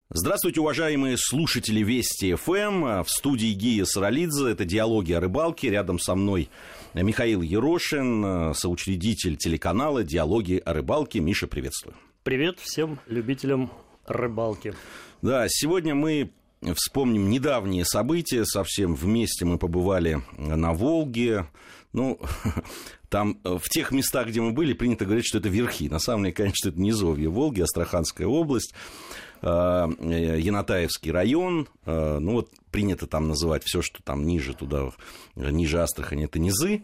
Здравствуйте, уважаемые слушатели Вести ФМ. В студии Гия Саралидзе. Это «Диалоги о рыбалке». Рядом со мной Михаил Ерошин, соучредитель телеканала «Диалоги о рыбалке». Миша, приветствую. Привет всем любителям рыбалки. Да, сегодня мы вспомним недавние события. Совсем вместе мы побывали на Волге. Там, в тех местах, где мы были, принято говорить, что это верхи. На самом деле, конечно, это низовье Волги, Астраханская область, Янатаевский район. Принято там называть все, что там ниже туда, ниже Астрахани, это низы.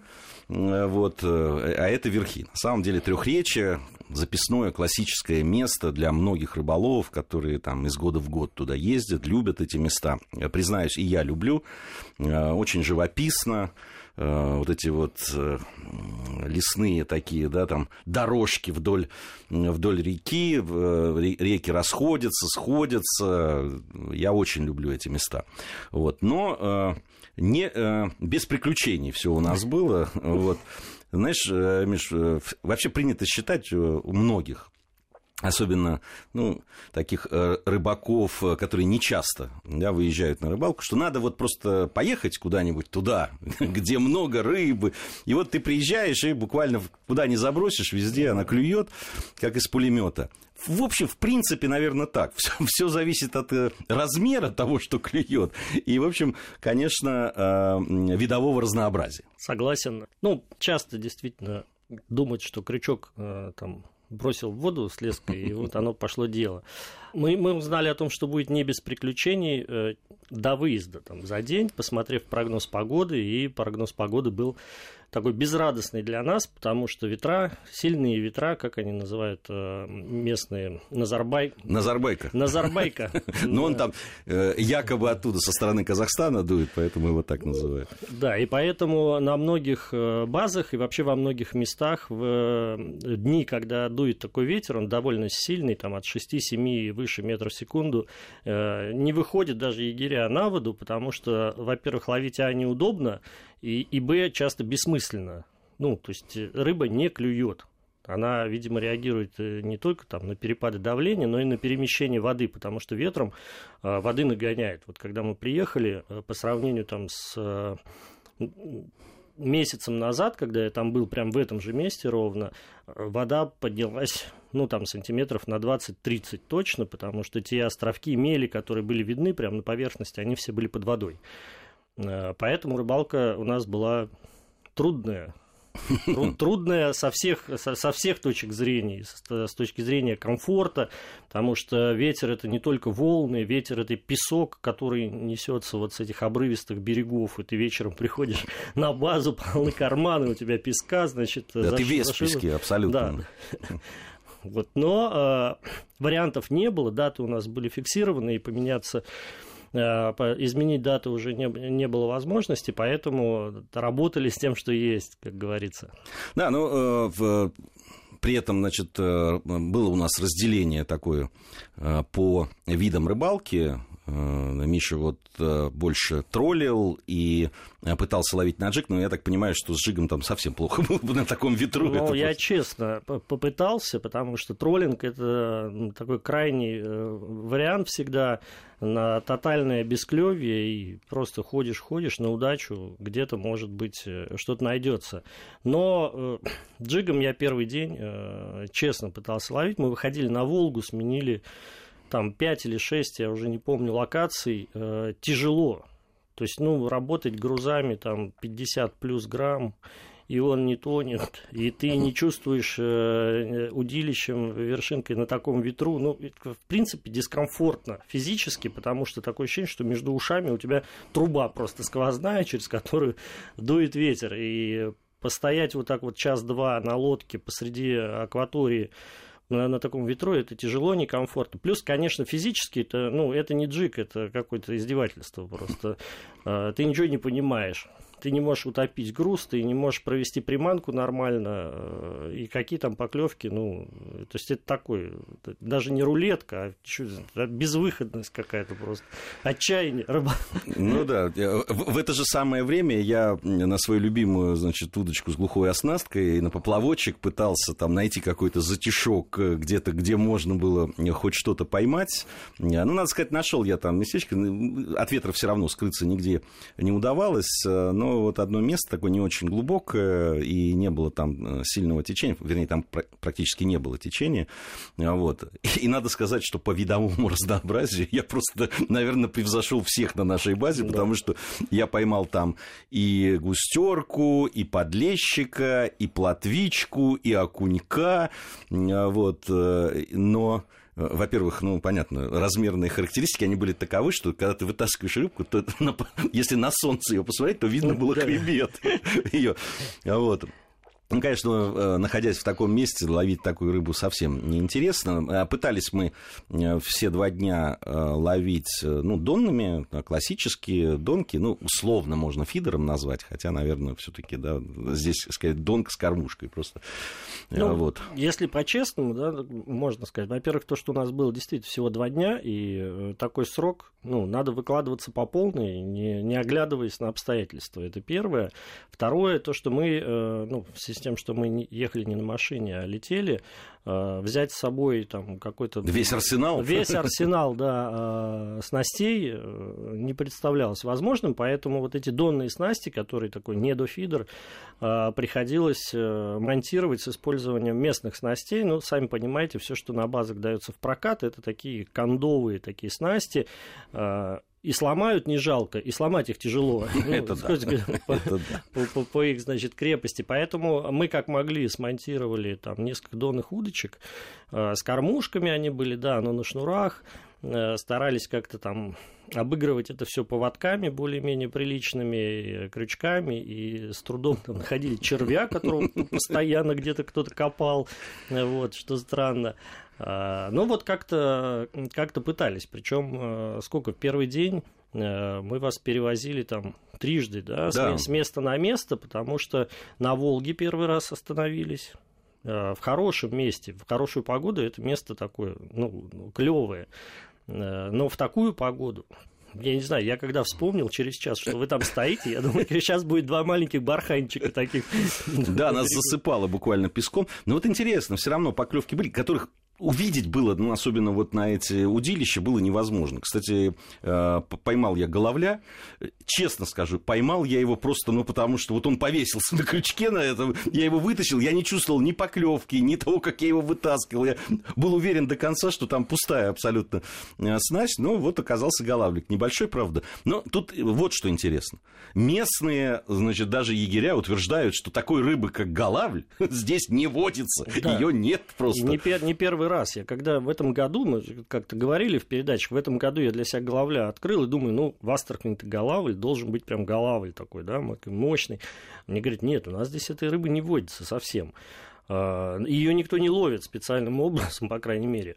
А это верхи. На самом деле, Трехречье — записное классическое место для многих рыболовов, которые там из года в год туда ездят, любят эти места. Признаюсь, и я люблю. Очень живописно. Вот эти лесные такие, да, там дорожки вдоль реки, реки расходятся, сходятся. Я очень люблю эти места. Но не без приключений все у нас было. Знаешь, Миш, вообще принято считать у многих, особенно таких рыбаков, которые не часто выезжают на рыбалку, что надо просто поехать куда-нибудь туда, где много рыбы, и ты приезжаешь и буквально куда ни забросишь, везде она клюет, как из пулемета. В общем, в принципе, наверное, так. Все зависит от размера того, что клюет, и, в общем, конечно, видового разнообразия. Согласен. Часто действительно думать, что крючок бросил в воду с леской, и оно пошло дело. Мы узнали о том, что будет не без приключений до выезда, за день, посмотрев прогноз погоды, и прогноз погоды был такой безрадостный для нас, потому что ветра, сильные ветра, как они называют местные, Назарбайка. Он там якобы оттуда, со стороны Казахстана дует, поэтому его так называют. Да, и поэтому на многих базах и вообще во многих местах в дни, когда дует такой ветер, он довольно сильный, от 6-7 и выше метров в секунду, не выходят даже егеря на воду, потому что, во-первых, ловить неудобно, и б, часто бессмысленно. То есть рыба не клюет. Она, видимо, реагирует не только на перепады давления, но и на перемещение воды, потому что ветром воды нагоняет. Когда мы приехали, по сравнению с месяцем назад, когда я там был, прям в этом же месте ровно, вода поднялась, сантиметров на 20-30 точно, потому что те островки мели, которые были видны прямо на поверхности, они все были под водой. Поэтому рыбалка у нас была трудная. Трудная со всех точек зрения, с точки зрения комфорта, потому что ветер — это не только волны, ветер — это песок, который несется с этих обрывистых берегов, и ты вечером приходишь на базу, полны карманы, у тебя песка, значит... Да, ты весь в песке, абсолютно. Да. Но вариантов не было, даты у нас были фиксированы, и изменить дату уже не было возможности, поэтому работали с тем, что есть, как говорится. Да, при этом, было у нас разделение такое по видам рыбалки. Миша больше троллил и пытался ловить на джиг, но я так понимаю, что с джигом там совсем плохо было бы на таком ветру. Я честно попытался, потому что троллинг — это такой крайний вариант всегда на тотальное бесклёвие, и просто ходишь на удачу, где-то, может быть, что-то найдется. Но джигом я первый день честно пытался ловить. Мы выходили на Волгу, сменили 5 или 6, я уже не помню, локаций, тяжело. То есть, работать грузами 50 плюс грамм, и он не тонет, и ты не чувствуешь удилищем, вершинкой на таком ветру. В принципе, дискомфортно физически, потому что такое ощущение, что между ушами у тебя труба просто сквозная, через которую дует ветер. И постоять час-два на лодке посреди акватории на таком ветру — это тяжело, некомфортно. Плюс, конечно, физически это не джиг, это какое-то издевательство просто. Ты ничего не понимаешь. ты не можешь утопить груз, ты не можешь провести приманку нормально, и какие там поклевки, ну, то есть это такой, даже не рулетка, а безвыходность какая-то просто, отчаяние. Ну да, в это же самое время я на свою любимую, значит, удочку с глухой оснасткой на поплавочек пытался там найти какой-то затишок где-то, где можно было хоть что-то поймать. Ну, надо сказать, нашел я там местечко, от ветра все равно скрыться нигде не удавалось, но вот одно место такое не очень глубокое, и не было там сильного течения, вернее, там практически не было течения, вот. И надо сказать, что по видовому разнообразию я просто, наверное, превзошел всех на нашей базе, потому что я поймал там и густерку, и подлещика, и плотвичку, и окунька, вот, но... Во-первых, ну, понятно, размерные характеристики, они были таковы, что когда ты вытаскиваешь рыбку, то если на солнце ее посмотреть, то видно было хребет ее. Вот. Ну, конечно, находясь в таком месте, ловить такую рыбу совсем неинтересно. Пытались мы все 2 дня ловить, ну, донными, классические донки, ну, условно можно фидером назвать, хотя, наверное, все-таки, да, здесь, сказать, донка с кормушкой просто. Ну, вот. Если по-честному, да, можно сказать, во-первых, то, что у нас было действительно всего 2 дня, и такой срок, ну, надо выкладываться по полной, не оглядываясь на обстоятельства, это первое. Второе, то, что мы, ну, в связи с тем, что мы ехали не на машине, а летели, взять с собой там какой-то... Весь арсенал? Весь арсенал, да, снастей не представлялось возможным, поэтому вот эти донные снасти, которые такой недофидер, приходилось монтировать с использованием местных снастей. Ну, сами понимаете, все, что на базах дается в прокат, это такие кондовые такие снасти, и сломают не жалко, и сломать их тяжело. По их, значит, крепости. Поэтому мы как могли смонтировали там несколько донных удочек. С кормушками они были, да, но на шнурах. Старались как-то там обыгрывать это все поводками более-менее приличными, крючками, и с трудом там находили червя, которого постоянно где-то кто-то копал, вот, что странно. Но вот как-то пытались, причем сколько, в первый день мы вас перевозили там трижды, да, да. С места на место, потому что на Волге первый раз остановились. В хорошем месте, в хорошую погоду это место такое, ну, клевое. Но в такую погоду, я не знаю, я когда вспомнил через час, что вы там стоите, я думаю, сейчас будет 2 маленьких барханчика таких. Да, нас засыпало буквально песком. Но вот интересно, все равно поклевки были, которых увидеть было, ну, особенно вот на эти удилища, было невозможно. Кстати, поймал я головля, честно скажу, поймал я его просто, ну, потому что вот он повесился на крючке на этом, я его вытащил, я не чувствовал ни поклевки, ни того, как я его вытаскивал. Я был уверен до конца, что там пустая абсолютно снасть, но вот оказался голавлик. Небольшой, правда. Но тут вот что интересно. Местные, значит, даже егеря утверждают, что такой рыбы, как голавль, здесь не водится. Да. Ее нет просто. Не первый раз. Я когда в этом году, мы как-то говорили в передачах, в этом году я для себя голавля открыл и думаю, ну, в Астрахани-то голавль должен быть прям голавль такой, да, мощный. Мне говорят, нет, у нас здесь этой рыбы не водится совсем. Ее никто не ловит специальным образом, по крайней мере.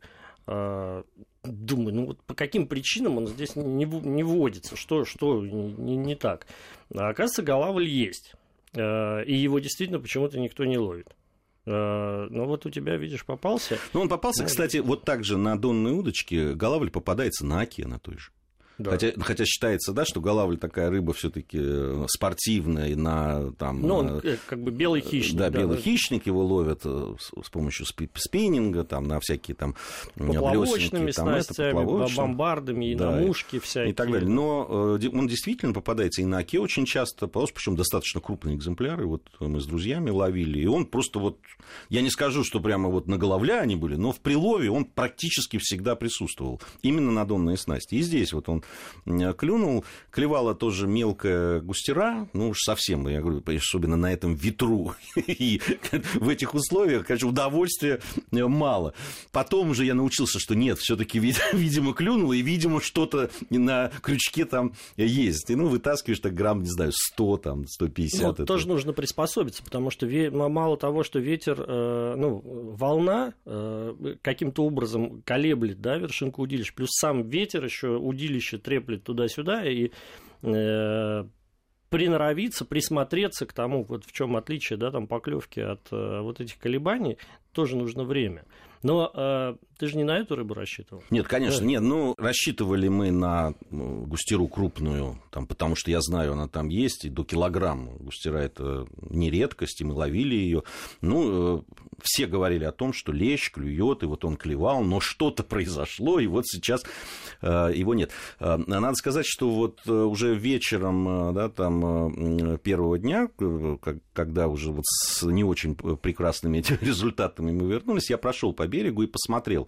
Думаю, ну вот по каким причинам он здесь не водится, что не так. А оказывается, голавль есть. И его действительно почему-то никто не ловит. Ну вот у тебя, видишь, попался. Ну, он попался, кстати, вот так же на донной удочке голавль попадается на оке на той же. Да. Хотя считается, да, что голавль такая рыба все-таки спортивная, на там. Ну, он как бы белый хищник. Да, белый хищник, его ловят с помощью спиннинга, там, на всякие там поплавочными снастями, бомбардами, и да, на мушки всякие. И так далее. Но он действительно попадается и на оке очень часто, причем достаточно крупные экземпляры. Вот мы с друзьями ловили, и он просто вот, я не скажу, что прямо вот на головля они были, но в прилове он практически всегда присутствовал. Именно на донные снасти. И здесь вот он клюнул, клевала тоже мелкая густера, ну уж совсем, я говорю, особенно на этом ветру и в этих условиях, конечно, удовольствия мало. Потом уже я научился, что нет, все-таки, видимо, клюнуло, и, видимо, что-то на крючке там есть. И, ну, вытаскиваешь так грамм, не знаю, 100, там, 150. Ну, тоже нужно приспособиться, потому что мало того, что ветер, ну, волна каким-то образом колеблет, да, вершинку удилища, плюс сам ветер еще удилище треплет туда-сюда, и приноровиться, присмотреться к тому, вот в чем отличие, да, там, поклевки от вот этих колебаний, тоже нужно время. Но ты же не на эту рыбу рассчитывал? Нет, конечно, нет. Ну, рассчитывали мы на густеру крупную, там, потому что я знаю, она там есть, и до килограмма. Густера — это не редкость, и мы ловили ее. Ну, все говорили о том, что лещ клюет, и вот он клевал, но что-то произошло, и вот сейчас его нет. Надо сказать, что вот уже вечером, да, там, первого дня, когда уже вот с не очень прекрасными этими результатами мы вернулись, я прошел по берегу и посмотрел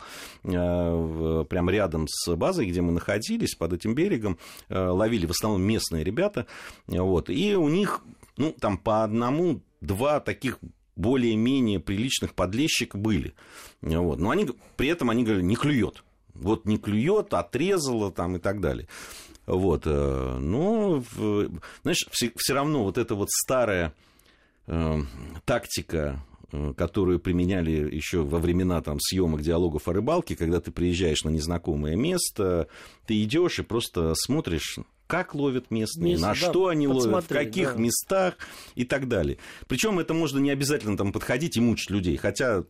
прямо рядом с базой, где мы находились, под этим берегом, ловили в основном местные ребята, вот, и у них, ну, там по одному-два таких более-менее приличных подлещика были, вот, но они, при этом они говорили, не клюет, вот не клюет, отрезало там и так далее. Вот, но, знаешь, все равно вот эта вот старая тактика, которую применяли еще во времена там, съемок диалогов о рыбалке, когда ты приезжаешь на незнакомое место, ты идешь и просто смотришь, как ловят местные, на что они ловят, в каких местах и так далее. Причем это можно не обязательно там, подходить и мучить людей, хотя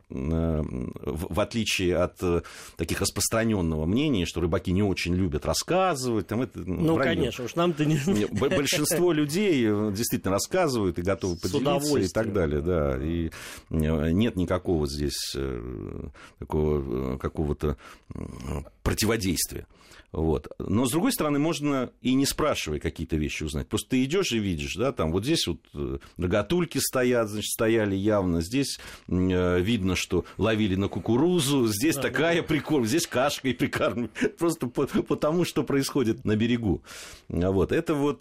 в отличие от таких распространенного мнения, что рыбаки не очень любят рассказывать, там, это, ну, конечно, уж нам-то не... Большинство людей действительно рассказывают и готовы поделиться и так далее, да, и нет никакого здесь такого какого-то противодействия. Вот. Но, с другой стороны, можно и не спрашивая какие-то вещи узнать. Просто ты идешь и видишь, да, там вот здесь вот наготульки стоят, значит, стояли явно, здесь видно, что ловили на кукурузу, здесь такая прикорм, здесь кашкой прикармливают, просто потому, что происходит на берегу. Вот. Это вот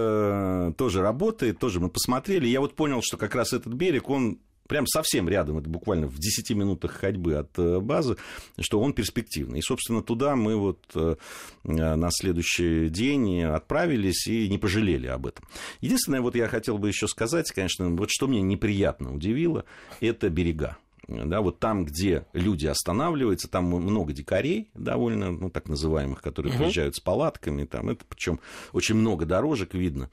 тоже работает, тоже мы посмотрели. Я вот понял, что как раз этот берег, он прям совсем рядом, это буквально в 10 минутах ходьбы от базы, что он перспективный. И, собственно, туда мы вот на следующий день отправились и не пожалели об этом. Единственное, вот я хотел бы еще сказать, конечно, вот что мне неприятно удивило, это берега. Да, вот там, где люди останавливаются, там много дикарей довольно, ну, так называемых, которые приезжают с палатками, там, это причем очень много дорожек видно,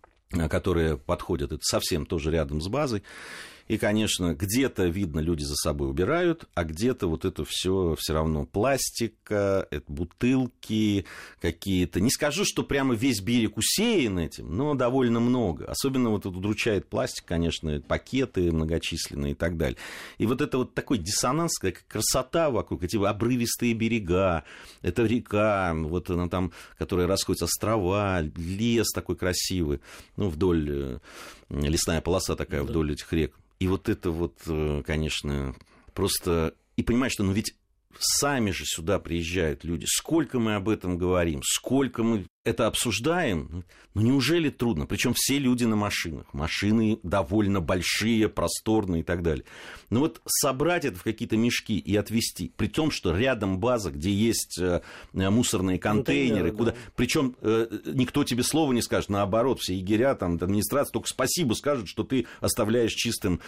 которые подходят, это совсем тоже рядом с базой. И, конечно, где-то, видно, люди за собой убирают, а где-то вот это все равно пластика, это бутылки какие-то. Не скажу, что прямо весь берег усеян этим, но довольно много. Особенно вот удручает пластик, конечно, пакеты многочисленные и так далее. И вот это вот такой диссонанс, как красота вокруг, эти обрывистые берега, это река, вот она там, которая расходится, острова, лес такой красивый, ну, вдоль, лесная полоса такая вдоль этих рек. И вот это вот, конечно, просто... И понимаешь, что ну ведь сами же сюда приезжают люди. Сколько мы об этом говорим, сколько мы это обсуждаем. Ну неужели трудно? Причем все люди на машинах. Машины довольно большие, просторные и так далее. Но вот собрать это в какие-то мешки и отвезти, при том, что рядом база, где есть мусорные контейнеры, куда... Причем никто тебе слова не скажет. Наоборот, все егеря, там, администрация только спасибо скажут, что ты оставляешь чистым.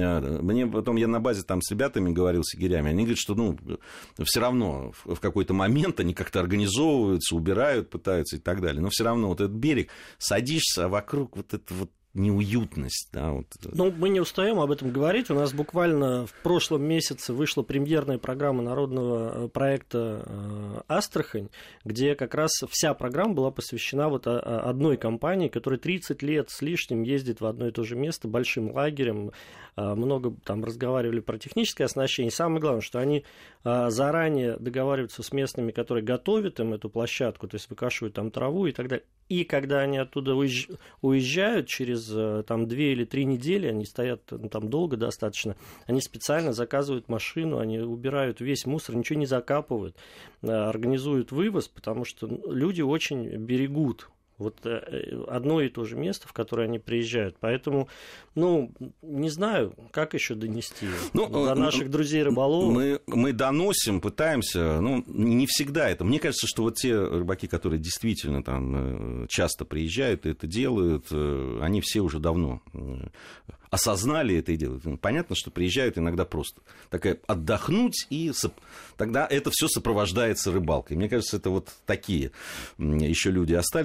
Мне потом, я на базе там с ребятами говорил, с егерями, они говорят, что ну, все равно в какой-то момент они как-то организовываются, убирают, пытаются и так далее. Но все равно вот этот берег, садишься, а вокруг вот это вот неуютность. Да, вот. Ну, мы не устаем об этом говорить. У нас буквально в прошлом месяце вышла премьерная программа народного проекта «Астрахань», где как раз вся программа была посвящена вот одной компании, которая 30 лет с лишним ездит в одно и то же место большим лагерем. Много там разговаривали про техническое оснащение. Самое главное, что они заранее договариваются с местными, которые готовят им эту площадку, то есть выкашивают там траву и так далее. И когда они оттуда уезжают, через там 2 или 3 недели, они стоят там долго достаточно, они специально заказывают машину, они убирают весь мусор, ничего не закапывают, организуют вывоз, потому что люди очень берегут вот одно и то же место, в которое они приезжают. Поэтому, ну, не знаю, как еще донести до наших друзей рыболовов. Мы доносим, пытаемся, ну, не всегда это. Мне кажется, что вот те рыбаки, которые действительно там часто приезжают и это делают, они все уже давно осознали это и делают. Понятно, что приезжают иногда просто такая отдохнуть, и тогда это все сопровождается рыбалкой. Мне кажется, это вот такие еще люди остались, но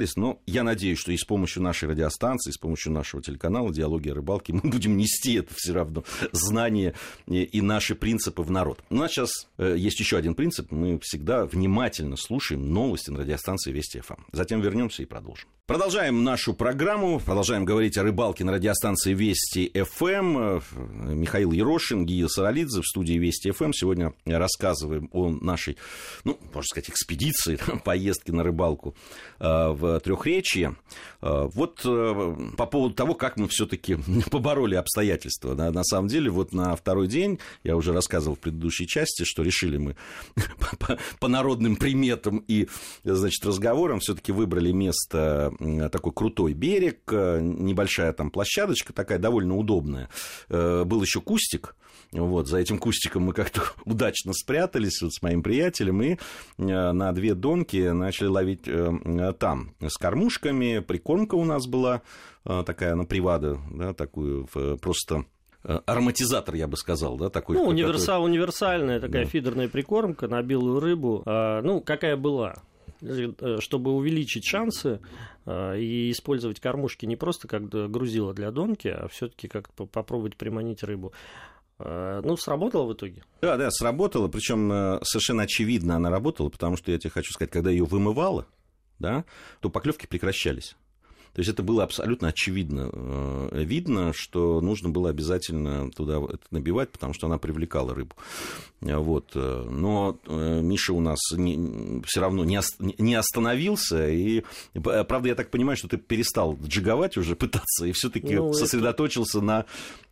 я надеюсь, что и с помощью нашей радиостанции, с помощью нашего телеканала «Диалоги о рыбалке» мы будем нести это все равно знание и наши принципы в народ. У нас сейчас есть еще один принцип. Мы всегда внимательно слушаем новости на радиостанции Вести ФМ. Затем вернемся и продолжим. Продолжаем нашу программу, продолжаем говорить о рыбалке на радиостанции Вести ФМ. Михаил Ерошин, Гия Саралидзе в студии Вести ФМ. Сегодня рассказываем о нашей, можно сказать, экспедиции, поездке на рыбалку в Трехречье. Вот по поводу того, как мы все-таки побороли обстоятельства. На самом деле, вот на второй день, я уже рассказывал в предыдущей части, что решили мы по народным приметам и, значит, разговорам все-таки выбрали место, такой крутой берег, небольшая там площадочка такая, довольно удобная. Был еще кустик. Вот, за этим кустиком мы как-то удачно спрятались вот с моим приятелем и на 2 донки начали ловить там с кормушками. Прикормка у нас была такая на приваду, да, такую просто... ароматизатор, я бы сказал, да, такой. Универсальная такая, да, фидерная прикормка на белую рыбу. Какая была? Чтобы увеличить шансы и использовать кормушки не просто как грузило для донки, а все-таки как попробовать приманить рыбу. Сработало в итоге? Да, сработало, причем совершенно очевидно она работала, потому что я тебе хочу сказать, когда ее вымывало, да, то поклевки прекращались. То есть это было абсолютно очевидно. Видно, что нужно было обязательно туда это набивать, потому что она привлекала рыбу. Вот. Но Миша у нас все равно не остановился. И, правда, я так понимаю, что ты перестал джиговать уже, пытаться, и все-таки сосредоточился на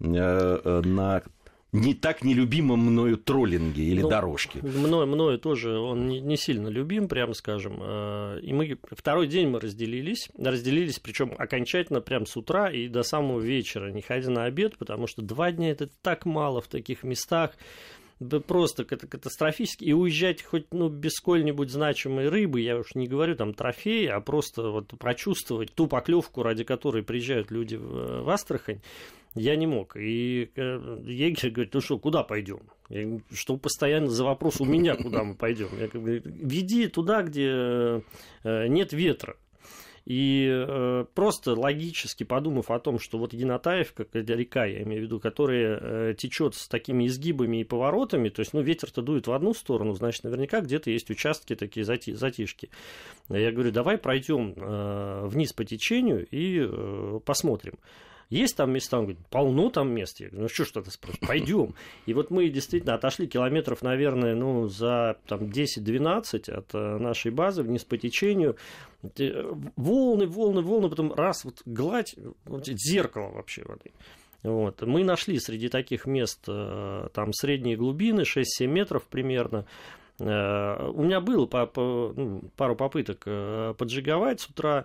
не так нелюбимом мною троллинге или дорожке. Мною тоже он не сильно любим, прямо скажем. И мы второй день мы разделились, причем окончательно прям с утра и до самого вечера, не ходя на обед, потому что 2 дня это так мало в таких местах. Да просто катастрофически. И уезжать хоть без сколь-нибудь значимой рыбы, я уж не говорю там трофеи, а просто вот прочувствовать ту поклевку, ради которой приезжают люди в Астрахань, я не мог. И егерь говорит, куда пойдем? Я говорю, что постоянно за вопрос у меня, куда мы пойдем. Я говорю, веди туда, где нет ветра. И просто логически подумав о том, что вот Енотаевка, река, я имею в виду, которая течет с такими изгибами и поворотами, то есть, ветер-то дует в одну сторону, значит, наверняка где-то есть участки такие затишки. Я говорю, давай пройдем вниз по течению и посмотрим. Есть там места? Он говорит, полно там мест. Я говорю, что ж ты спрашиваешь, пойдем. И вот мы действительно отошли километров, наверное, за 10-12 от нашей базы вниз по течению. Волны, потом раз, гладь, зеркало вообще воды. Вот. Мы нашли среди таких мест там средние глубины, 6-7 метров примерно. У меня было пару попыток поджиговать с утра.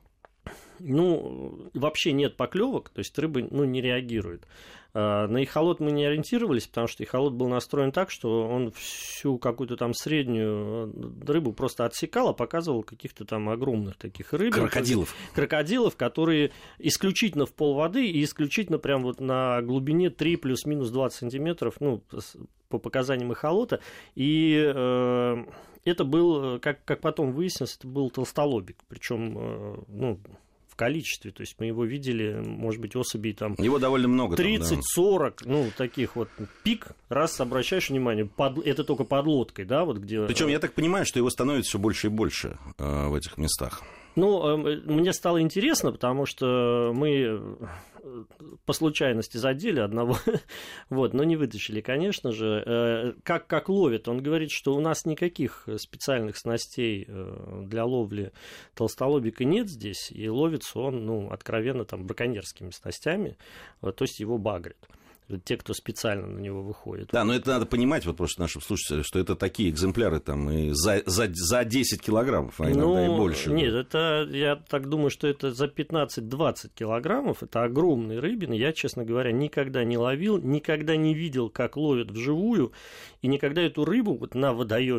Вообще нет поклевок, то есть рыба не реагирует. На эхолот мы не ориентировались, потому что эхолот был настроен так, что он всю какую-то там среднюю рыбу просто отсекал, а показывал каких-то там огромных таких рыб. Крокодилов, которые исключительно в полводы и исключительно прям вот на глубине 3 плюс-минус 20 сантиметров, по показаниям эхолота. И это был, как потом выяснилось, это был толстолобик, причем, в количестве, то есть мы его видели, может быть, особей там... Его довольно много. 30-40, таких вот пик, раз обращаешь внимание, это только под лодкой, да, вот где... Причем я так понимаю, что его становится все больше и больше в этих местах. Мне стало интересно, потому что мы по случайности задели одного, но не вытащили, конечно же. Как ловит? Он говорит, что у нас никаких специальных снастей для ловли толстолобика нет здесь, и ловится он, откровенно, там, браконьерскими снастями, то есть его багрят. Те, кто специально на него выходит. Да, но это надо понимать, вот просто нашим слушателям, что это такие экземпляры там и за 10 килограммов, а иногда и больше. Нет, это, я так думаю, что это за 15-20 килограммов, это огромные рыбины. Я, честно говоря, никогда не ловил, никогда не видел, как ловят вживую, и никогда эту рыбу вот на водоеме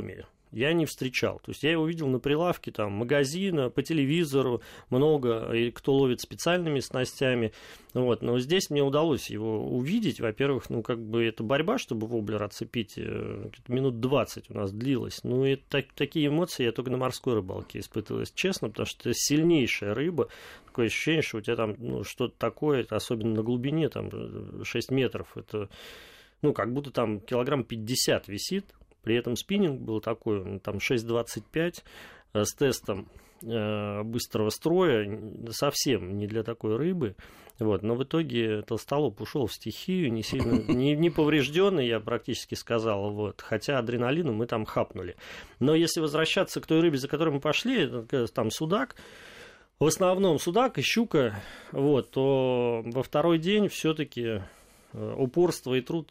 я не встречал. То есть я его видел на прилавке там, магазина, по телевизору, много, и кто ловит специальными снастями. Вот. Но здесь мне удалось его увидеть. Во-первых, ну, как бы это борьба, чтобы воблер отцепить, минут 20 у нас длилась. Ну, и такие эмоции я только на морской рыбалке испытывал, честно, потому что это сильнейшая рыба. Такое ощущение, что у тебя там ну, что-то такое, особенно на глубине, там 6 метров, это, ну, как будто там килограмм 50 висит. При этом спиннинг был такой, там 6,25 с тестом быстрого строя, совсем не для такой рыбы. Вот. Но в итоге толстолоб ушел в стихию, не сильно не поврежденный, я практически сказал. Вот. Хотя адреналину мы там хапнули. Но если возвращаться к той рыбе, за которой мы пошли, там судак, в основном судак и щука, вот, то во второй день все-таки упорство и труд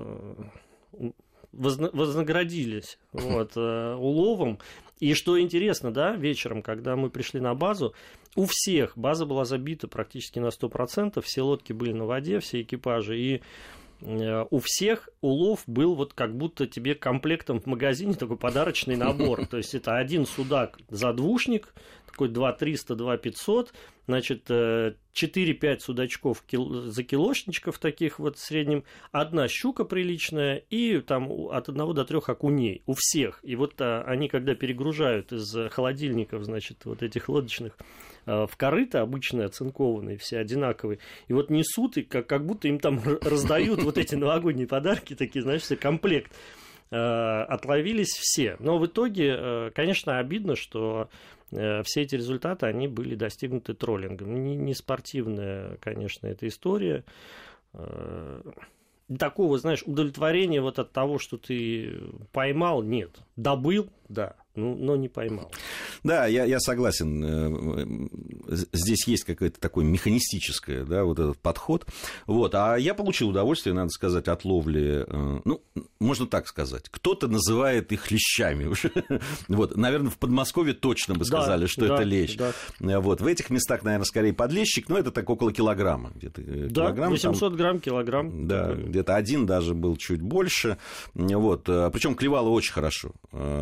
вознаградились вот, уловом. И что интересно, да, вечером, когда мы пришли на базу, у всех база была забита практически на 100%, все лодки были на воде, все экипажи, и у всех улов был вот как будто тебе комплектом в магазине такой подарочный набор. То есть это один судак за двушник, такой 2300, 2500, значит, 4-5 судачков за килошничков таких вот в среднем, одна щука приличная и там от 1 до 3 окуней у всех. И вот они, когда перегружают из холодильников, значит, вот этих лодочных в корыто обычные оцинкованные, все одинаковые, и вот несут, и как будто им там раздают вот эти новогодние подарки, такие, знаешь, комплект. Отловились все. Но в итоге, конечно, обидно, что все эти результаты, они были достигнуты троллингом. Не спортивная, конечно, эта история. Такого, знаешь, удовлетворения вот от того, что ты поймал, нет. Добыл, да, но не поймал. Да, я согласен. Здесь есть какое-то такое механистическое, да, вот этот подход. Вот. А я получил удовольствие, надо сказать, от ловли. Ну, можно так сказать. Кто-то называет их лещами уже. Вот. Наверное, в Подмосковье точно бы сказали, что это лещ. Да. Вот. В этих местах, наверное, скорее подлещик, но это так около килограмма. Где-то да, килограмм, 800 грамм, килограмм. Да, где-то один даже был чуть больше. Вот. Причем клевало очень хорошо.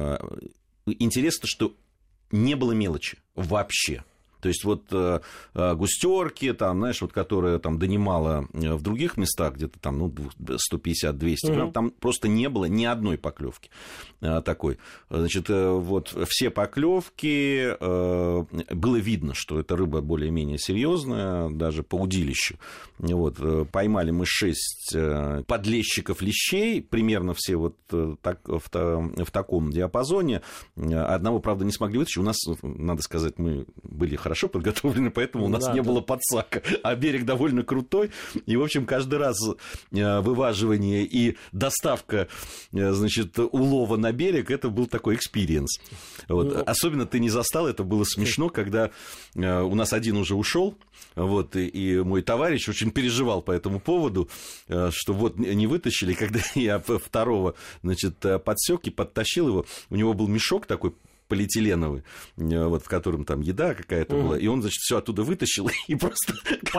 Интересно, что не было мелочи вообще. То есть вот густерки, там, знаешь, вот, которые там донимала в других местах, где-то там 150-200 грамм, там просто не было ни одной поклевки такой. Значит, вот все поклевки, было видно, что эта рыба более-менее серьезная, даже по удилищу. Вот, поймали мы 6 подлещиков лещей, примерно все вот так, в таком диапазоне. Одного, правда, не смогли вытащить. У нас, надо сказать, мы были хорошо подготовлены, поэтому у нас не было подсака, а берег довольно крутой, и, в общем, каждый раз вываживание и доставка, значит, улова на берег, это был такой экспириенс. Вот. Особенно ты не застал, это было смешно, когда у нас один уже ушел, вот, и мой товарищ очень переживал по этому поводу, что вот не вытащили, когда я второго, значит, подсек и подтащил его, у него был мешок такой полиэтиленовый, вот, в котором там еда какая-то была, и он, значит, все оттуда вытащил, и просто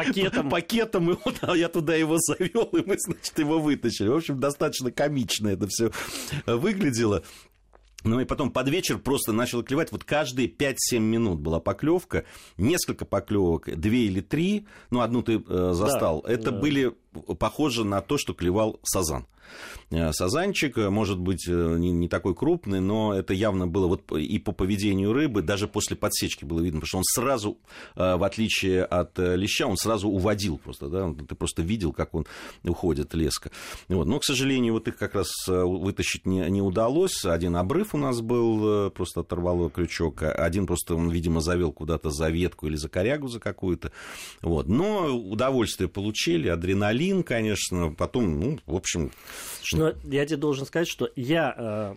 пакетом его, я туда его завел, и мы, значит, его вытащили. В общем, достаточно комично это все выглядело. Ну и потом под вечер просто начало клевать. Вот каждые 5-7 минут была поклевка, несколько поклевок, 2 или 3, ну, одну ты застал. Да, это были похоже на то, что клевал сазан. Сазанчик, может быть, не такой крупный, но это явно было вот и по поведению рыбы, даже после подсечки было видно, потому что он сразу, в отличие от леща, он сразу уводил просто, да, ты просто видел, как он уходит леска. Вот. Но, к сожалению, вот их как раз вытащить не удалось. Один обрыв у нас был, просто оторвало крючок, один просто он, видимо, завел куда-то за ветку или за корягу за какую-то. Вот. Но удовольствие получили, адреналин, конечно, потом, ну, в общем... Но я тебе должен сказать, что я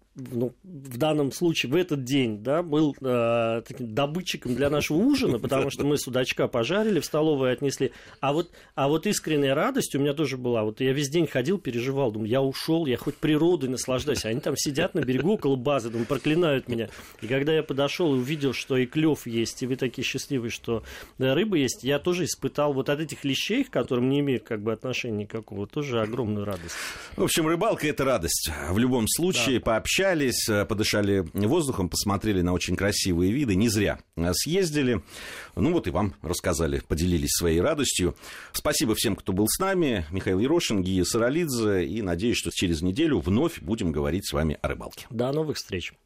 в данном случае в этот день, да, был таким добытчиком для нашего ужина, потому что мы судачка пожарили, в столовую отнесли. А вот искренняя радость у меня тоже была. Вот я весь день ходил, переживал, думаю, я ушел, я хоть природой наслаждаюсь. Они там сидят на берегу около базы, думаю, проклинают меня. И когда я подошел и увидел, что и клев есть, и вы такие счастливые, что рыба есть, я тоже испытал вот от этих лещей, к которым не имею как бы отношения никакого, тоже огромную радость. В общем, рыбалка – это радость. В любом случае, пообщались, подышали воздухом, посмотрели на очень красивые виды. Не зря съездили. Ну вот и вам рассказали, поделились своей радостью. Спасибо всем, кто был с нами. Михаил Ерошин, Гия Саралидзе. И надеюсь, что через неделю вновь будем говорить с вами о рыбалке. До новых встреч.